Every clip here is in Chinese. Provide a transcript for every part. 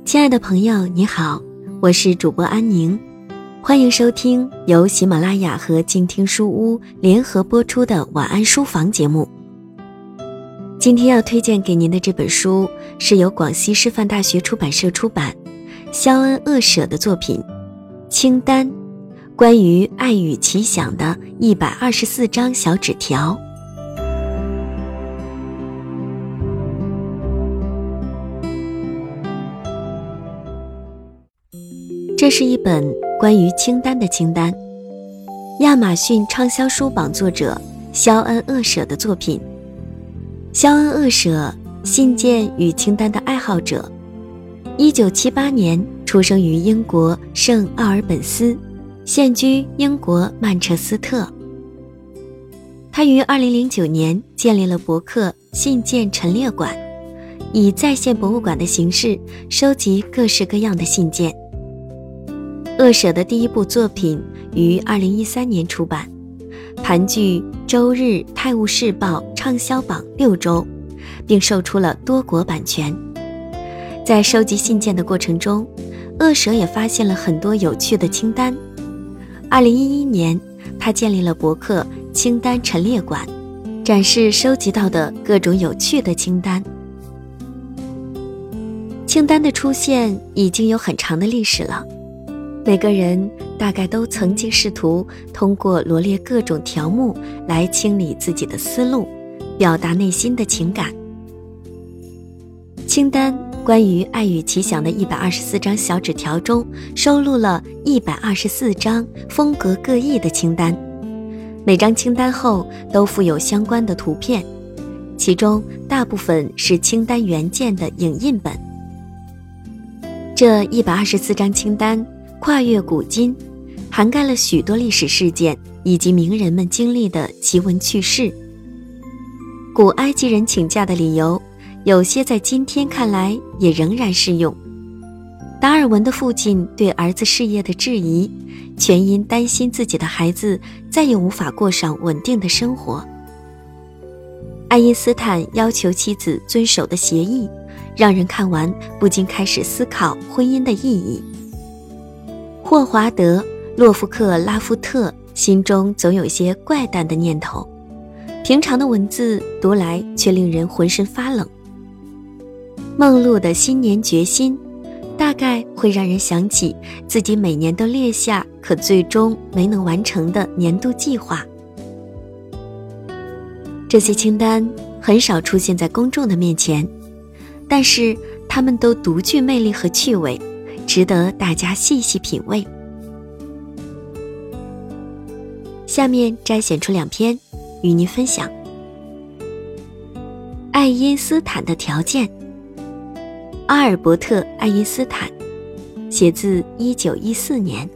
亲爱的朋友，你好，我是主播安宁，欢迎收听由喜马拉雅和静听书屋联合播出的晚安书房节目。今天要推荐给您的这本书是由广西师范大学出版社出版，肖恩·厄舍的作品《清单》，关于爱与奇想的124张小纸条。这是一本关于清单的清单，亚马逊畅销书榜作者肖恩·厄舍的作品。肖恩·厄舍，信件与清单的爱好者，1978年出生于英国圣奥尔本斯，现居英国曼彻斯特。他于2009年建立了博客信件陈列馆，以在线博物馆的形式收集各式各样的信件。厄舍的第一部作品于2013年出版，盘踞周日泰晤士报畅销榜6周，并售出了多国版权。在收集信件的过程中，厄舍也发现了很多有趣的清单。2011年，他建立了博客清单陈列馆，展示收集到的各种有趣的清单。清单的出现已经有很长的历史了，每个人大概都曾经试图通过罗列各种条目来清理自己的思路，表达内心的情感。清单关于爱与奇想的124张小纸条中收录了124张风格各异的清单，每张清单后都附有相关的图片，其中大部分是清单原件的影印本。这124张清单跨越古今，涵盖了许多历史事件以及名人们经历的奇闻趣事。古埃及人请假的理由，有些在今天看来也仍然适用。达尔文的父亲对儿子事业的质疑，全因担心自己的孩子再也无法过上稳定的生活。爱因斯坦要求妻子遵守的协议，让人看完不禁开始思考婚姻的意义。霍华德·洛夫克拉夫特心中总有些怪诞的念头，平常的文字读来却令人浑身发冷。梦露的新年决心，大概会让人想起自己每年都列下可最终没能完成的年度计划。这些清单很少出现在公众的面前，但是它们都独具魅力和趣味，值得大家细细品味。下面摘选出2篇与您分享。爱因斯坦的条件。阿尔伯特·爱因斯坦，写自1914年。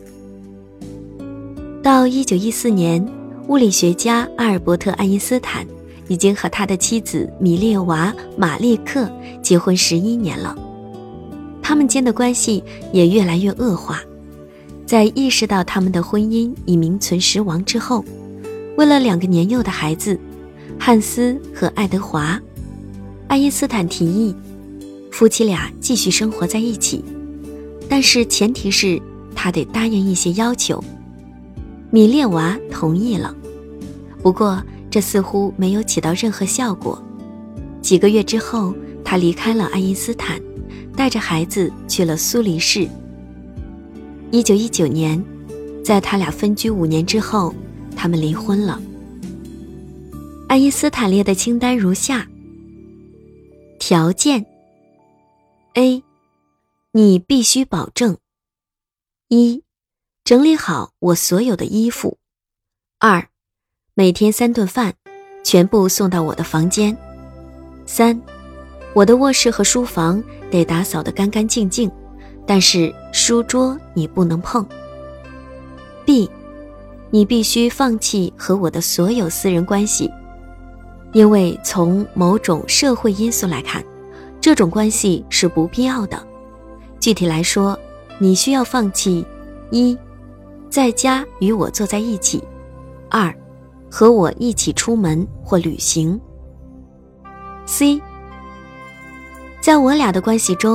到1914年，物理学家阿尔伯特·爱因斯坦已经和他的妻子米列娃·马利克结婚11年了。他们间的关系也越来越恶化。在意识到他们的婚姻已名存实亡之后，为了2个年幼的孩子汉斯和爱德华，爱因斯坦提议夫妻俩继续生活在一起，但是前提是他得答应一些要求。米列娃同意了，不过这似乎没有起到任何效果。几个月之后，他离开了爱因斯坦，带着孩子去了苏黎世。1919年，在他俩分居5年之后，他们离婚了。爱因斯坦列的清单如下：条件 A， 你必须保证：1，整理好我所有的衣服；2，每天3顿饭，全部送到我的房间；3，我的卧室和书房得打扫得干干净净，但是书桌你不能碰。B， 你必须放弃和我的所有私人关系，因为从某种社会因素来看，这种关系是不必要的。具体来说，你需要放弃：1，在家与我坐在一起；2，和我一起出门或旅行；C，在我俩的关系中，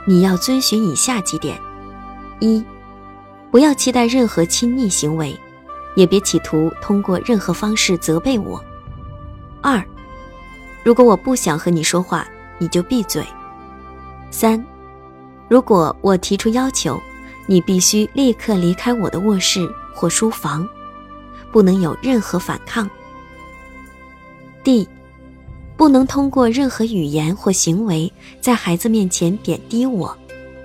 你要遵循以下几点：一、不要期待任何亲昵行为，也别企图通过任何方式责备我。二、如果我不想和你说话，你就闭嘴。三、如果我提出要求，你必须立刻离开我的卧室或书房，不能有任何反抗。D、不能通过任何语言或行为在孩子面前贬低我。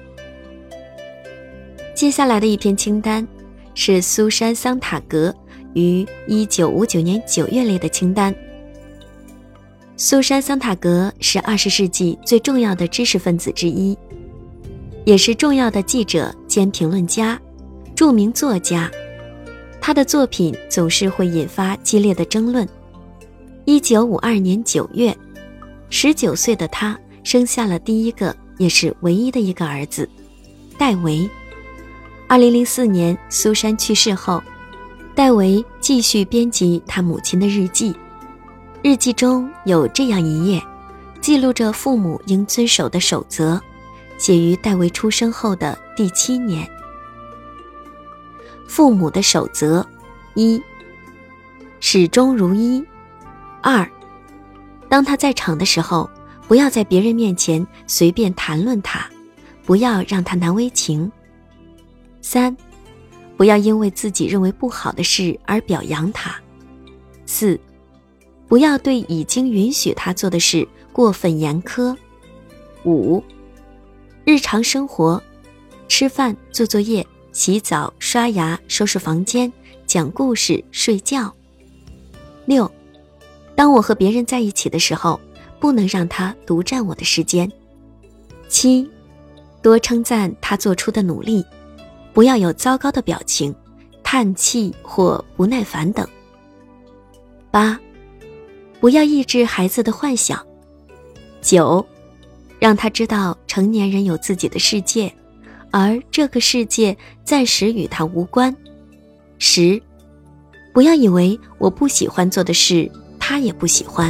接下来的一篇清单是苏珊·桑塔格于1959年9月列的清单。苏珊·桑塔格是20世纪最重要的知识分子之一，也是重要的记者兼评论家、著名作家。他的作品总是会引发激烈的争论。1952年9月，19岁的他生下了第一个也是唯一的一个儿子，戴维。2004年苏珊去世后，戴维继续编辑他母亲的日记。日记中有这样一页，记录着父母应遵守的守则，写于戴维出生后的第7年。父母的守则：一、始终如一；二、当他在场的时候，不要在别人面前随便谈论他，不要让他难为情；三、不要因为自己认为不好的事而表扬他；四、不要对已经允许他做的事过分严苛；五、日常生活，吃饭、做作业、洗澡、刷牙、收拾房间、讲故事、睡觉；六、当我和别人在一起的时候，不能让他独占我的时间；七、多称赞他做出的努力，不要有糟糕的表情、叹气或不耐烦等；八、不要抑制孩子的幻想；九、让他知道成年人有自己的世界，而这个世界暂时与他无关；十、不要以为我不喜欢做的事，他也不喜欢。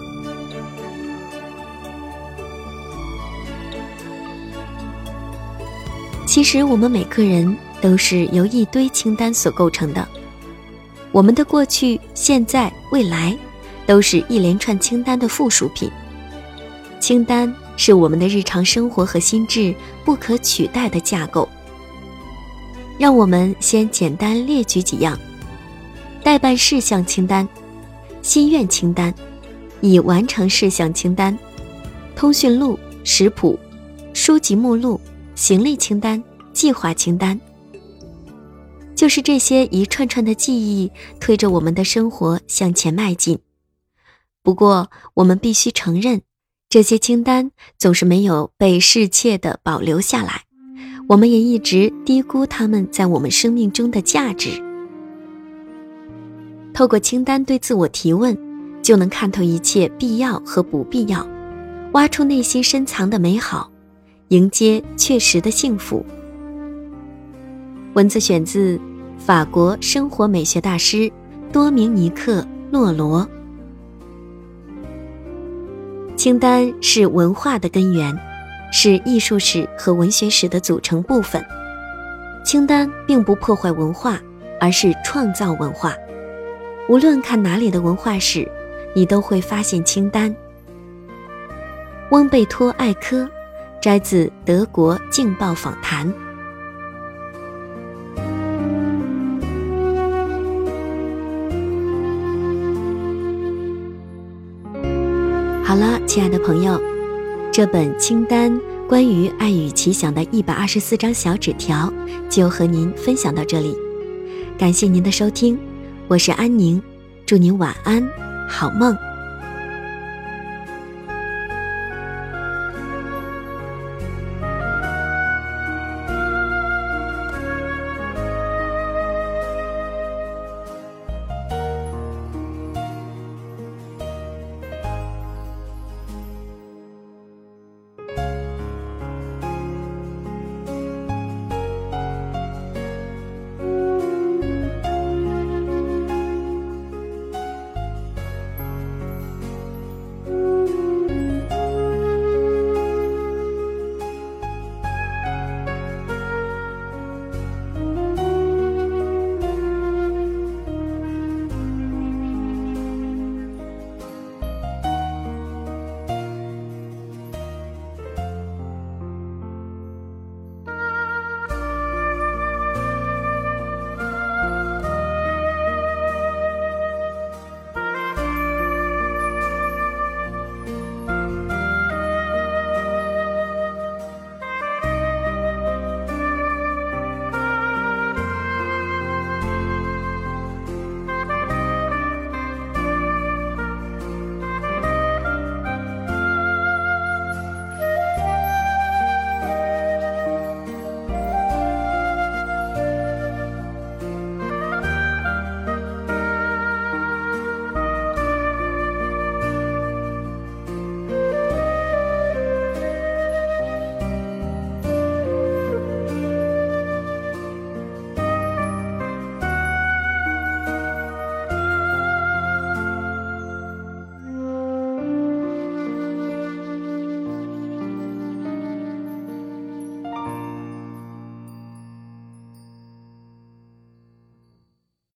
其实我们每个人都是由一堆清单所构成的，我们的过去、现在、未来都是一连串清单的附属品。清单是我们的日常生活和心智不可取代的架构。让我们先简单列举几样：待办事项清单、心愿清单、已完成事项清单、通讯录、食谱、书籍目录、行李清单、计划清单。就是这些一串串的记忆推着我们的生活向前迈进。不过我们必须承认，这些清单总是没有被适切地保留下来，我们也一直低估它们在我们生命中的价值。透过清单对自我提问，就能看透一切必要和不必要，挖出内心深藏的美好，迎接确实的幸福。文字选自法国生活美学大师多明尼克·洛罗。清单是文化的根源，是艺术史和文学史的组成部分。清单并不破坏文化，而是创造文化。无论看哪里的文化史，你都会发现清单。翁贝托·艾科，摘自德国镜报访谈。好了，亲爱的朋友，这本清单关于爱与奇想的124张小纸条就和您分享到这里。感谢您的收听，我是安宁，祝您晚安，好梦。